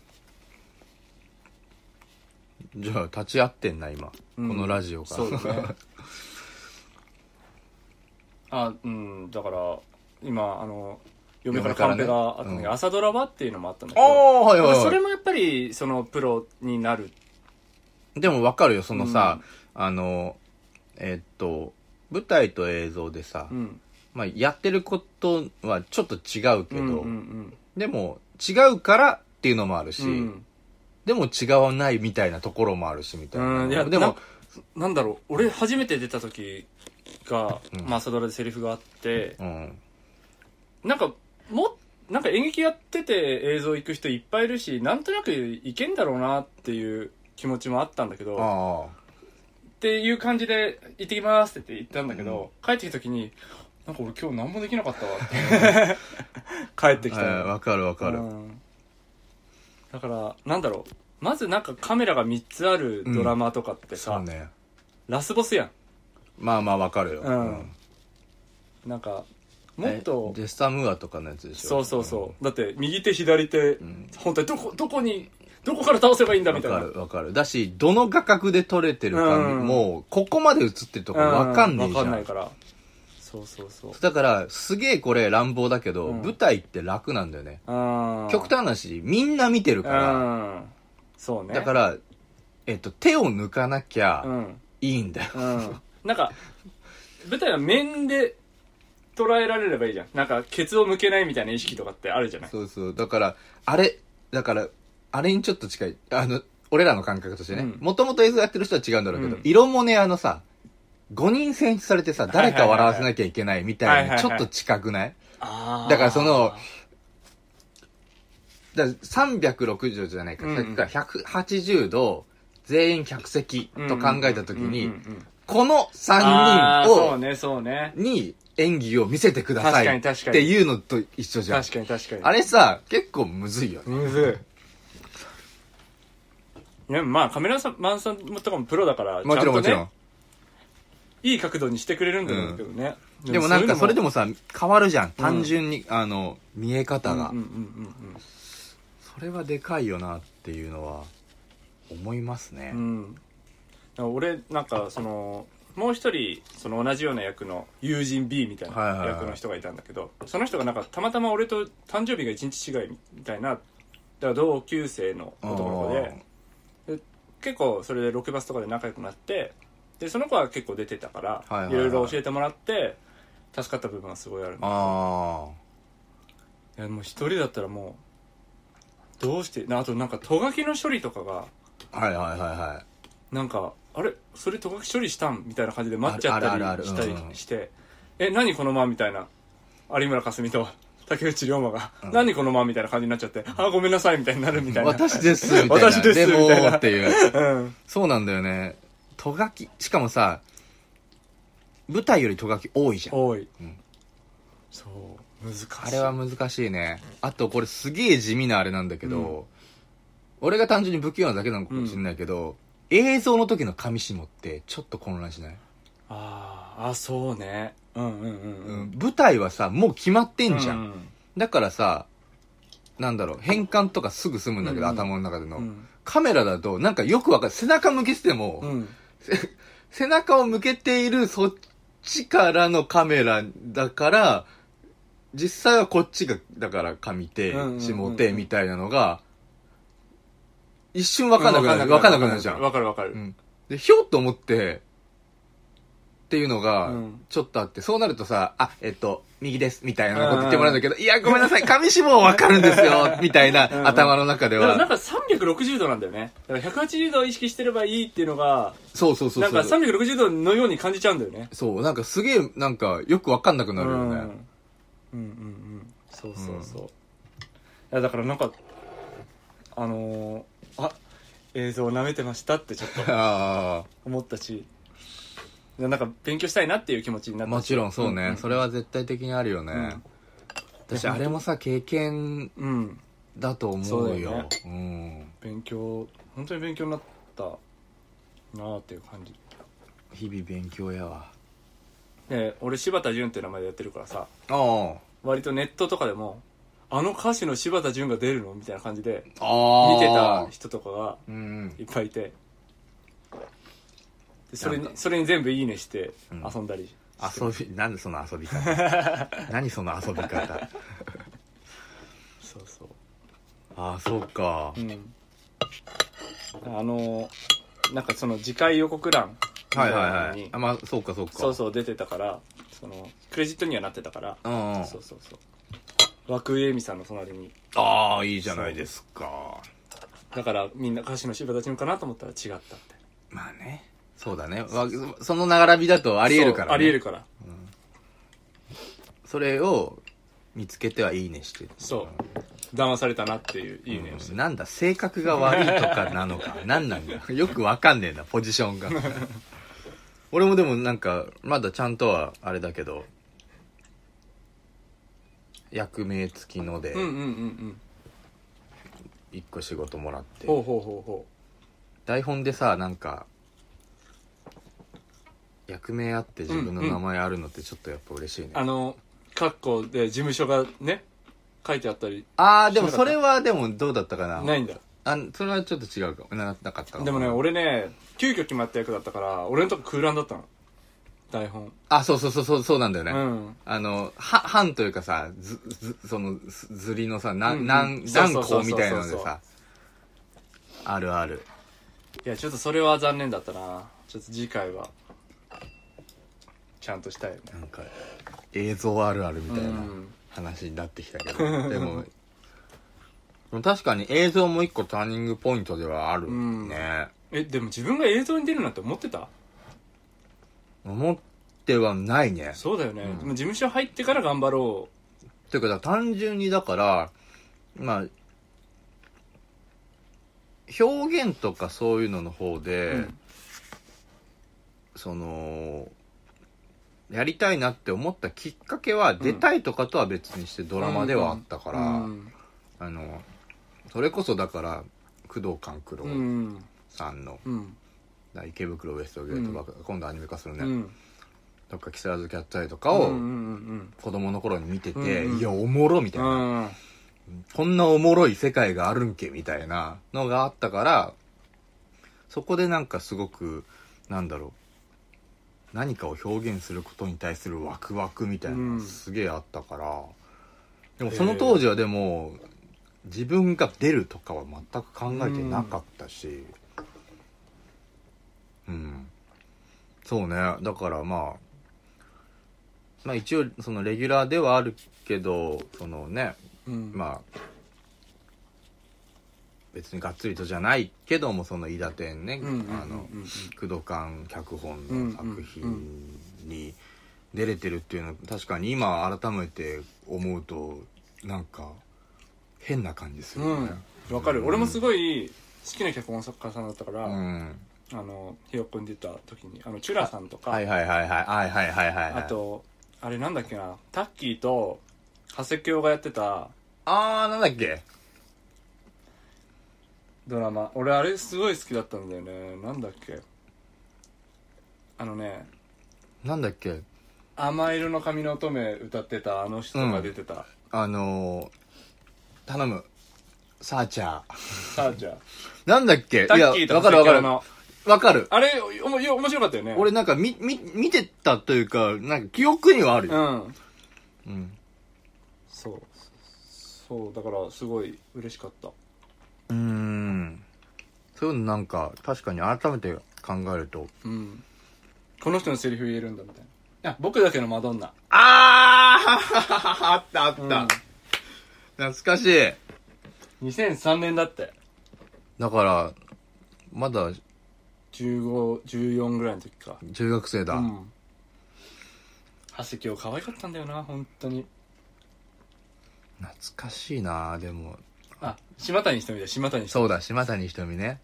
じゃあ立ち会ってんな今、うん、このラジオからそうだねあうんだから今あの嫁からカンペがあったんだけど、ねうん、朝ドラ場っていうのもあったんだけど、 はいはいはい、 それもやっぱりそのプロになるでも分かるよそのさ、うん、あのえー、っと舞台と映像でさ、うんまあ、やってることはちょっと違うけど、うんうんうん、でも違うからっていうのもあるし、うん、でも違わないみたいなところもあるしみたいな、うん、いやでも な, なんだろう俺初めて出た時が、うんまあ、朝ドラでセリフがあって、うん、なんかもなんか演劇やってて映像行く人いっぱいいるしなんとなくいけんだろうなっていう気持ちもあったんだけどあっていう感じで行ってきますって言ったんだけど、うん、帰ってきた時になんか俺今日何もできなかったわって帰ってきたわ、はい、かるわかる、うん、 だからなんだろうまずなんかカメラがみっつあるドラマとかってさ、うんそうね、ラスボスやんまあまあわかるよ、うんうん、なんかもっとデスタムーアとかのやつでしょそうそうそう、うん、だって右手左手、うん、本当にどこどこにどこから倒せばいいんだみたいなわかるわかるだしどの画角で撮れてるか、うん、もうここまで映ってるとこわかんねえじゃん、 うん、わかんないからそうそうそうだからすげえこれ乱暴だけど、うん、舞台って楽なんだよね極端な話みんな見てるから、うん、 そうねだからえっと手を抜かなきゃいいんだよ、 うんうんなんか舞台は面で捉えられればいいじゃんなんかケツを向けないみたいな意識とかってあるじゃないそうそうだからあれだからあれにちょっと近いあの俺らの感覚としてねもともと映像やってる人は違うんだろうけど、うん、色モネアのさごにん選出されてさ、誰か笑わせなきゃいけないみたいな、ちょっと近くない？だからその、だからさんびゃくろくじゅうどじゃないか、さっきからひゃくはちじゅうど全員客席と考えたときに、このさんにんを、 そうね、そうね。 に演技を見せてください確かに確かにっていうのと一緒じゃん。 確かに確かに。 あれさ、結構むずいよね。 むずい。ね、まあカメラマンさんとかもプロだから、 もちろんもちろん。 いい角度にしてくれるんだろうけどね。 うん、でもなんかそれでもさ、変わるじゃん。単純に、うん、あの、見え方が。それはでかいよなっていうのは思いますね。 うん。俺、なんかその、もう一人、その同じような役の友人 B みたいな役の人がいたんだけど、はいはいはい、その人がなんかたまたま俺と誕生日が一日違いみたいな、だから同級生の男の子で、で結構それでロケバスとかで仲良くなって、でその子は結構出てたから、はいはいはい、いろいろ教えてもらって助かった部分がすごいあるんだけど、あいやもう一人だったらもうどうしてあとなんかト書きの処理とかがはいはいはいはいなんかあれそれト書き処理したんみたいな感じで待っちゃったりしたりして、え何この間みたいな有村架純と竹内涼真が、うん、何この間みたいな感じになっちゃって、うん、あごめんなさいみたいになるみたいな私ですみたいな私ですみたいなでもっていう、うん、そうなんだよね。ト書きしかもさ舞台よりト書き多いじゃん。 多い、うん、そう難しい。 あれは難しいね。あとこれすげえ地味なあれなんだけど、うん、俺が単純に不器用なだけなのかもしれないけど、うん、映像の時の上下ってちょっと混乱しない？ ああそうね。うんうんうん、うんうん、 舞台はさもう決まってんじゃん、うんうん、だからさなんだろう変換とかすぐ済むんだけど、うんうん、頭の中での、うん、カメラだとなんかよくわかる。背中向けてても、うん背中を向けているそっちからのカメラだから実際はこっちがだから上手下手みたいなのが一瞬分かんなくなる、うん、分かんなくなるじゃん。 分かる分かる、 うん、でひょっと思ってっていうのがちょっとあって、うん、そうなるとさあえっと右ですみたいなこと言ってもらうんだけど、いやごめんなさい上下も分かるんですよみたいな頭の中では。 でもなんかさんびゃくろくじゅうどなんだよね。だからひゃくはちじゅうどを意識してればいいっていうのがそうそうそうそうなんかさんびゃくろくじゅうどのように感じちゃうんだよね。 そうなんかすげえなんかよく分かんなくなるよね。うんうんうんうんそうそうそう、うん、いやだからなんかあのー、あ映像を舐めてましたってちょっと思ったしなんか勉強したいなっていう気持ちになったし。 もちろんそうね、うんうん、それは絶対的にあるよね、うん、私あれもさ経験だと思うよ、うん、 勉強本当に勉強になったなーっていう感じ。 日々勉強やわ。 で俺柴田純って名前でやってるからさあ割とネットとかでもあの歌手の柴田純が出るのみたいな感じで見あてた人とかがいっぱいいて、でそれにそれに全部いいねして遊んだりして、 うん、遊びなんでその遊び方何その遊び方そうそうああそうか、 うん、あのなんかその次回予告欄はいはいはいあまあそうかそうかそうそう出てたからそのクレジットにはなってたから、うん、そうそうそう涌井絵美さんの隣に。 ああいいじゃないですか。 だからみんな歌手の柴田純かなと思ったら違ったって。 まあねそうだねその並びだとありえるからね。 ありえるから、うん、 それを見つけてはいいねしてる。 そう騙されたなっていういいねをして、 うん、なんだ性格が悪いとかなのか何なんだよくわかんねえなポジションが俺もでもなんかまだちゃんとはあれだけど役名付きので一個仕事もらって、 ほうほうほうほう台本でさなんか役名あって自分の名前あるのってちょっとやっぱ嬉しいね、 うんうん、あのカッコで事務所がね書いてあったり。 ああでもそれはでもどうだったかな。 ないんだ。 あそれはちょっと違うかななかったか。 でもね俺ね急遽決まった役だったから俺のとこ空欄だったの台本。 あそうそうそうそうそうなんだよね、 うん、 あのは半というかさずずそのずりのさ何、うん、何個みたいなのでさあるある。 いやちょっとそれは残念だったな。ちょっと次回はちゃんとしたいよね。 なんか映像あるあるみたいな話になってきたけど、うん、でも確かに映像も一個ターニングポイントではあるね、うん、 えでも自分が映像に出るなんて思ってた？ 思ってはないね。 そうだよね、 うんでも事務所入ってから頑張ろていうか単純にだからまあ表現とかそういうのの方で、 うんそのやりたいなって思ったきっかけは、出たいとかとは別にしてドラマではあったから、 うんあのそれこそだから工藤官九郎うんさんのうん 「池袋ウエストゲートバック」今度アニメ化するね、 うんとか木更津キャッツアイとかをうんうん子供の頃に見てて、 うんうんいやおもろみたいな、 うんうんこんなおもろい世界があるんけみたいなのがあったから、そこでなんかすごくなんだろう何かを表現することに対するワクワクみたいなのがすげえあったから、でもその当時はでも自分が出るとかは全く考えてなかったし、うん、うん、そうね。だからまあまあ一応そのレギュラーではあるけど、そのね、 うん、 まあ別にがっつりとじゃないけども、その伊達天ね、 うんうんうんうんあの工藤官脚本の作品に出れてるっていうのは確かに今改めて思うとなんか変な感じするよね。 うん、わかる、うん、俺もすごい好きな脚本作家さんだったから、 うん、 あのひよっこに出た時にあのチュラさんとか、 はいはいはいはいはいはいはいはい、 あとあれなんだっけな、タッキーと長谷京がやってたあーなんだっけドラマ、俺あれすごい好きだったんだよね。なんだっけ、あのね、 なんだっけ、 甘色の髪の乙女歌ってたあの人が出てた、うん、 あのー、頼むサーチャーサーチャーなんだっけ、 タッキーと長谷京のわかる。 あれおも面白かったよね。 俺なんか見見見てたというかなんか記憶にはあるよ。 うんうん。 そうそうだからすごい嬉しかった。 うーん。そういうのなんか確かに改めて考えると、 うん。この人のセリフ言えるんだみたいな。あ、僕だけのマドンナ。 あーあったあった、うん。懐かしい。 にせんさんねんだって。 だからまだじゅうご、じゅうよんぐらいの時か。 中学生だ。うん。 長谷京可愛かったんだよな、本当に。 懐かしいな。でもあ、島谷ひとみだ、島谷ひとみ。 そうだ、島谷ひとみね。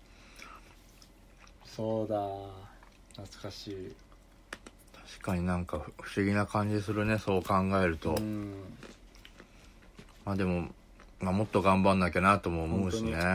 そうだ、懐かしい。 確かになんか不思議な感じするね、そう考えると。うん、まあでも、まあ、もっと頑張んなきゃなとも思うしね。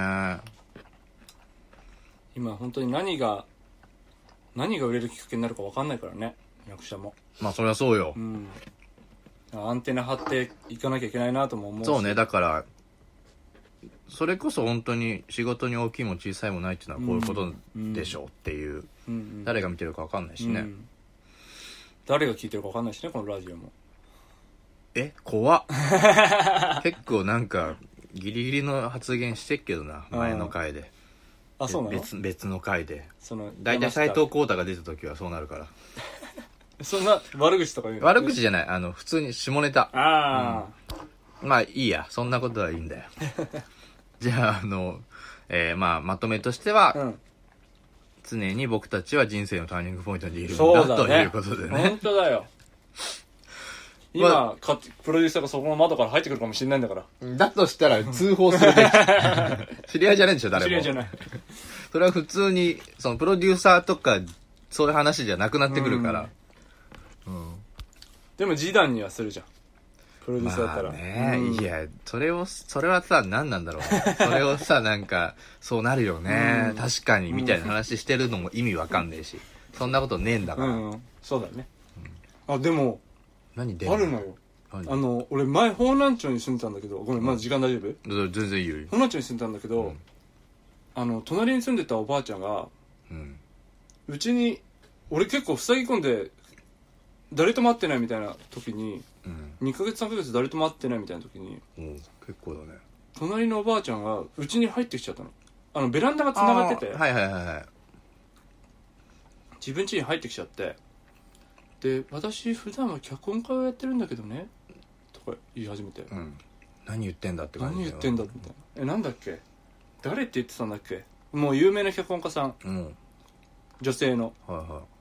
今本当に何が何が売れるきっかけになるか分かんないからね、役者も。 まあそりゃそうよ、 うん、アンテナ張っていかなきゃいけないなとも思うし。 そうね。だからそれこそ本当に仕事に大きいも小さいもないっていうのはこういうことでしょうっていう、うんうん、誰が見てるか分かんないしね、うん、 誰が聞いてるか分かんないしね、このラジオも。 え怖っ結構なんかギリギリの発言してっけどな、前の回で。 あ、そうなの？ 別別の回で。 その大体斎藤浩太が出た時はそうなるからそんな悪口とか言うの？ 悪口じゃない、あの普通に下ネタ。 ああ、 うん、まあいいや、そんなことはいいんだよじゃああの、えー、まあまとめとしては、うん、常に僕たちは人生のターニングポイントにいるんだ、ね、ということでね。 本当だよ今、まあ、プロデューサーがそこの窓から入ってくるかもしれないんだから。 だとしたら通報するべき知り合いじゃないでしょ、誰も。 知り合いじゃないそれは普通にそのプロデューサーとかそういう話じゃなくなってくるから、うんうん、 でも示談にはするじゃん、プロデューサーだったら。 まあね、うん、いやそれをそれはさ何なんだろう、ね、それをさなんかそうなるよね、うん、確かにみたいな話してるのも意味わかんねえし、そんなことねえんだから、 うんうん、そうだね、うん、あでも何であるのよ。あの俺前方南町に住んでたんだけど、ごめん、まだ時間大丈夫？ 全然いいよ。 方南町に住んでたんだけど、うん、あの隣に住んでたおばあちゃんがうち、うん、に俺結構塞ぎ込んで誰とも会ってないみたいな時に、うん、にかげつさんかげつ誰とも会ってないみたいな時に、 うん、結構だね。 隣のおばあちゃんがうちに入ってきちゃったの。あのベランダがつながってて、 はいはいはいはい、 自分家に入ってきちゃって、で私普段は脚本家をやってるんだけどねとか言い始めて、うん、 何言ってんだって感じ。 何言ってんだみたいな。え、なんだっけ、誰って言ってたんだっけ、もう有名な脚本家さん、うん、女性の、はいは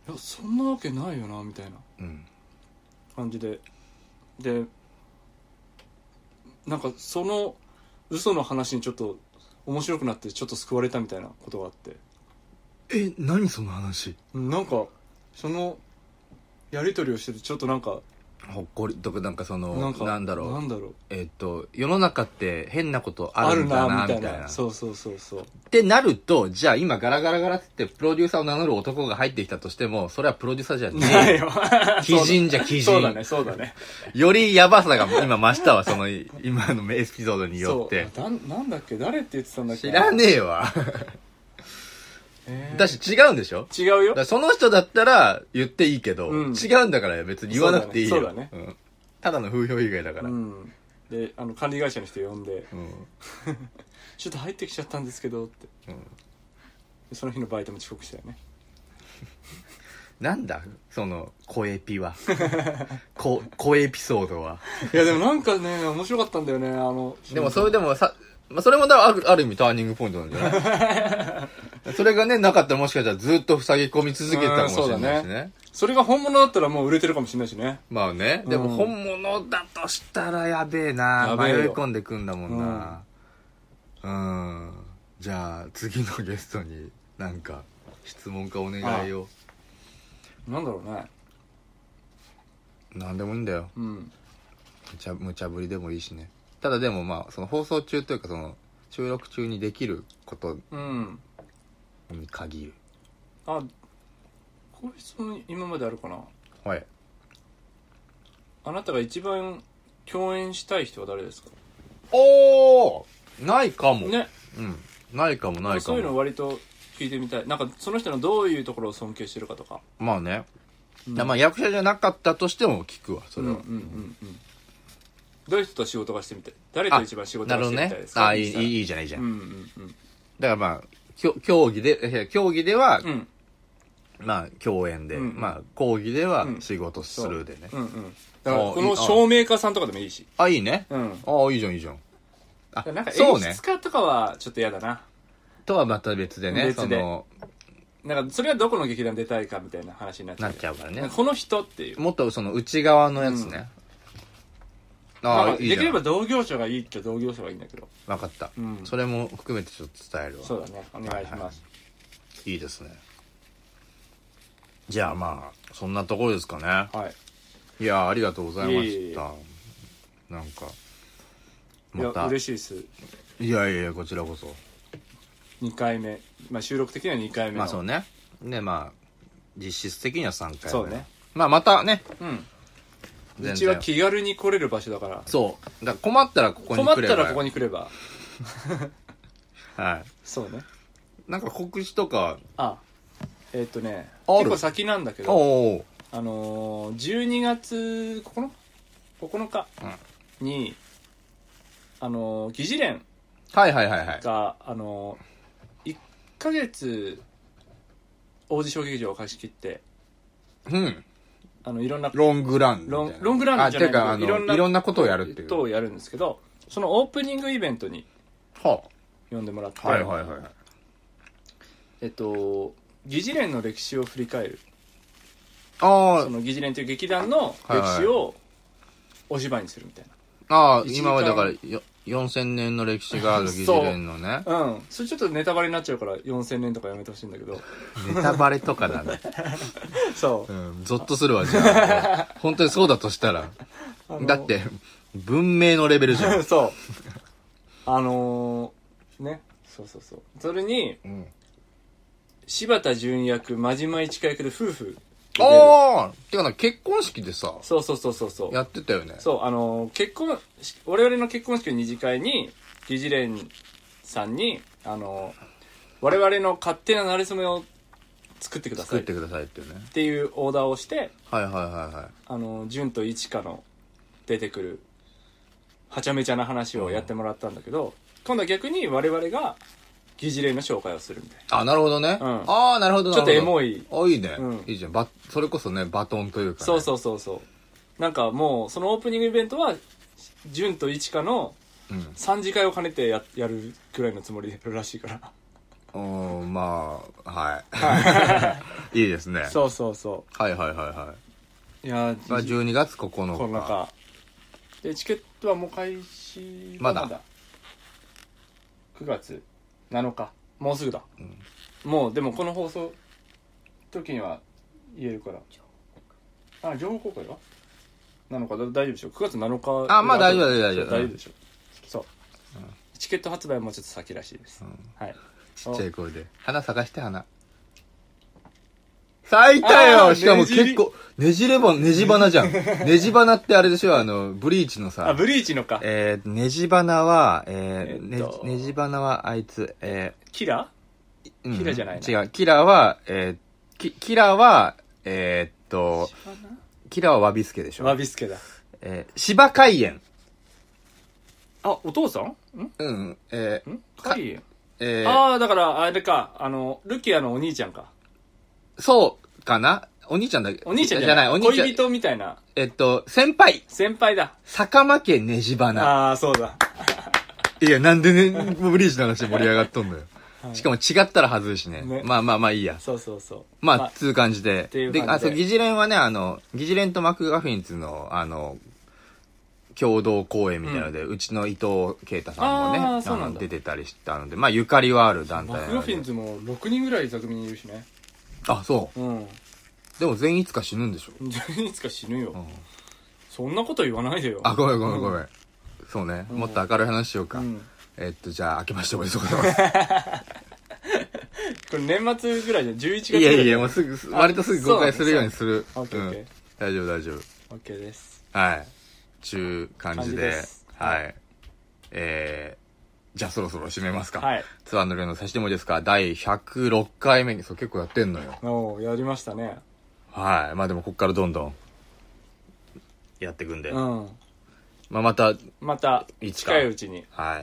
やそんなわけないよなみたいなうん感じで、でなんかその嘘の話にちょっと面白くなってちょっと救われたみたいなことがあって、 え何その話なんかそのやり取りをしててちょっとなんかほっこりとかなんかそのなんかなんだろうなんだろうえっと世の中って変なことああるるんだなみたいなみたいななそうそうそうそうってなるとじゃあ今ガラガラガラってプロデューサーを名乗る男が入ってきたとしてもそれはプロデューサーじゃねえよ鬼人じゃ鬼人そうだねそうだねよりヤバさが今増したわその今のエピソードによってそうななんだっけ誰って言ってたんだっけ知らねえわえーだし違うんでしょ違うよだからその人だったら言っていいけど、 うん違うんだから別に言わなくていいよそうだねそうだねうん、ただの風評被害だから、 ううんんであの管理会社の人呼んでちょっと入ってきちゃったんですけどってうんでその日のバイトも遅刻したよねなんだその小エピは小小エピソードはいやでもなんかね面白かったんだよねあのでもそれでもさ、まあ、それもだあるある意味ターニングポイントなんじゃないそれがねなかったらもしかしたらずっと塞ぎ込み続けてたかもしれないしね、 うんそれが本物だったらもう売れてるかもしれないしねまあねでもうん本物だとしたらやべえな、 やべえよ迷い込んでくんだもんなうんじゃあ次のゲストになんか質問かお願いをなんだろうねなんでもいいんだようん無茶無茶ぶりでもいいしねただでもまあその放送中というかその収録中にできることうんに限るあこういう質問今まであるかなはいあなたが一番共演したい人は誰ですかおーないかもねうんないかもないかもそういうの割と聞いてみたいなんかその人のどういうところを尊敬してるかとかまあね、 うんだまあ役者じゃなかったとしても聞くわそれは、 うんうんうんうんどういう人と仕事がしてみたい誰と一番仕事がしてみたいですかなるほどねあいいいいじゃないじゃん、 うんうんうんだからまあきょ競技でえ競技では、 うんまあ共演で、 うんまあ講義ではうん仕事するでね、 うんうんだからあこの照明家さんとかでもいいしあいいね、 うんああいいじゃんいいじゃんあなんかそうね演出家とかはちょっと嫌だなとはまた別でね別でそのなんかそれはどこの劇団出たいかみたいな話になっちゃうなっちゃうからねこの人っていうもっとその内側のやつね、あまああいいじゃんできれば同業者がいいっちゃ同業者がいいんだけど分かった、 うんそれも含めてちょっと伝えるわそうだねお願いしますいいですねじゃあまあそんなところですかねはいいやありがとうございまいえいえしたなんかいやまた嬉しいですいやいやこちらこそにかいめまあ収録的にはにかいめのまあそうねねまあ実質的にはさんかいめそうねまあまたねうん全然うちは気軽に来れる場所だからそうだから困ったらここに来れば困ったらここに来ればはいそうねなんか告知とかあえっ、とねある結構先なんだけどおおあのー、じゅうにがつここのここのかに、あのー、疑似連はいはいはいはいが、あのー、いっかげつ王子小劇場を貸し切ってうんあのいろんなロングランみたいなロンロングランじゃないんだけどあてかあのいろんないろんなことをやるっていうことをやるんですけどそのオープニングイベントには呼んでもらって、 あはいはいはいえっと疑似連の歴史を振り返るあその疑似連という劇団の歴史をお芝居にするみたいあああ一時間今までだからよよんせんねんの歴史がある疑似連のねなうんそれちょっとネタバレになっちゃうからよんせんねんとかやめてほしいんだけどネタバレとかだねそううんゾッとするわじゃあ本当にそうだとしたらあのだって文明のレベルじゃんそうあのー、ねそうそうそうそれにうん柴田純役真島一華役で夫婦ああてかな結婚式でさそうそうそうそうそうやってたよねそうあのー結婚し我々の結婚式の二次会に疑似連さんにあのー我々の勝手な馴れ初めを作ってくださいって作っくださいっていうねていうオーダーをしてはいはいはいはいあの純と一華の出てくるはちゃめちゃな話をやってもらったんだけど、今度は逆に我々が疑似連の紹介をするみたいあなるほどね、 うんああなるほどなちょっとエいモいあいいね、 うんいいじゃんバそれこそねバトンというか、ね、 そうそうそうそうなんかもうそのオープニングイベントは純と一華のうんさん次会を兼ねて や, やるくらいのつもりでやるらしいからうんまあ、はい。いいですね。 そうそうそはいはいはいはう。いやい。まあ、じゅうにがつここのか。 この中。で、チケットはもう開始まだ。 くがつなのか。もうすぐだ。 うん、 もう、でもこの放送時には言えるから。あ、情報公開はなのか、大丈夫でしょ。くがつなのか。 あ、まあ大丈夫大丈夫。 大丈夫でしょ。そう。うん、チケット発売はもうちょっと先らしいです。うん、はい。 ちっちゃい声で。花咲かして花。咲いたよ。しかも結構、ねじれば、ねじ花じゃん。ねじ花ってあれでしょ、あの、ブリーチのさ。 あ、ブリーチのか。 えー、ねじ花は、えー、えー、ね、ねじ花はあいつ、えー、キラうん、 キラじゃないな。違う、キラは、えー、キ、キラは、えー、っと、キラはワビスケでしょ。 ワビスケだ。 えー、芝海園。 あ、お父さんんうん、えー、 ん海園えー、 ああ、だから、あれか、あの、ルキアのお兄ちゃんか。 そうかなお兄ちゃんだけ。 お兄ちゃんじゃない、 お兄ちゃん。 恋人みたいな。 えっと、先輩。 先輩だ。 坂間家ねじ花。 ああ、そうだ。 いや、なんでね、ブリーチの話盛り上がっとんのよ。はい、しかも違ったらはずいしね。ねまあまあまあいいや。 そうそうそう。 まあ、まあ、つう感じで。 っていう感じで。 で、あ、そう、疑似連はね、あの、疑似連とマクガフィンズの、あの、共同公演みたいなので、うん、うちの伊藤啓太さんもね、ああの出てたりしたので、まあ、ゆかりはある団体なので。 マクガフィンズもろくにんぐらい座組にいるしね。 あ、そう。 うん。 でも全員いつか死ぬんでしょ。 全員いつか死ぬよ。うん、そんなこと言わないでよ。 あ、ごめんごめんごめん。うん、そうね、うん。もっと明るい話しようか。うん、えー、っと、じゃあ、明けましておめでとうございます。 これ年末ぐらいじゃん、じゅういちがつぐらい。 いやいや、もうすぐ、割とすぐ公開するようにする。 オッケーオッケー。 大丈夫大丈夫。 オッケーです。 はい。ちゅう感じで、はい。えー、じゃあそろそろ締めますか。 はい。 ツアーの量の差しでもいいですか。だいひゃくろっかいめに、そう結構やってんのよ。 おー、やりましたね。 はい。まあでもこっからどんどん、やっていくんで。 うん。 まあまた、 また、近いうちに。 はい。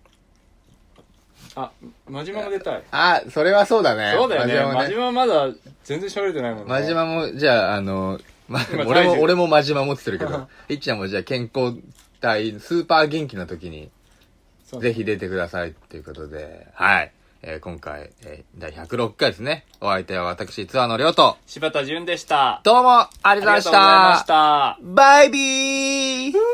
あ、真島も出たい。 あ、それはそうだね。 そうだよね。真島まだ全然喋れてないもんね。 真島も、じゃあ、あの、ま、俺も、俺も真島持ってるけど、いっちゃんもじゃあ健康体、スーパー元気な時に、ぜひ出てくださいっていうことで、はい。えー、今回、えー、だいひゃくろっかいですね。お相手は私、ツアーのりょうと、 柴田純でした。 どうも、ありがとうございました。 ありがとうございました。 バイビー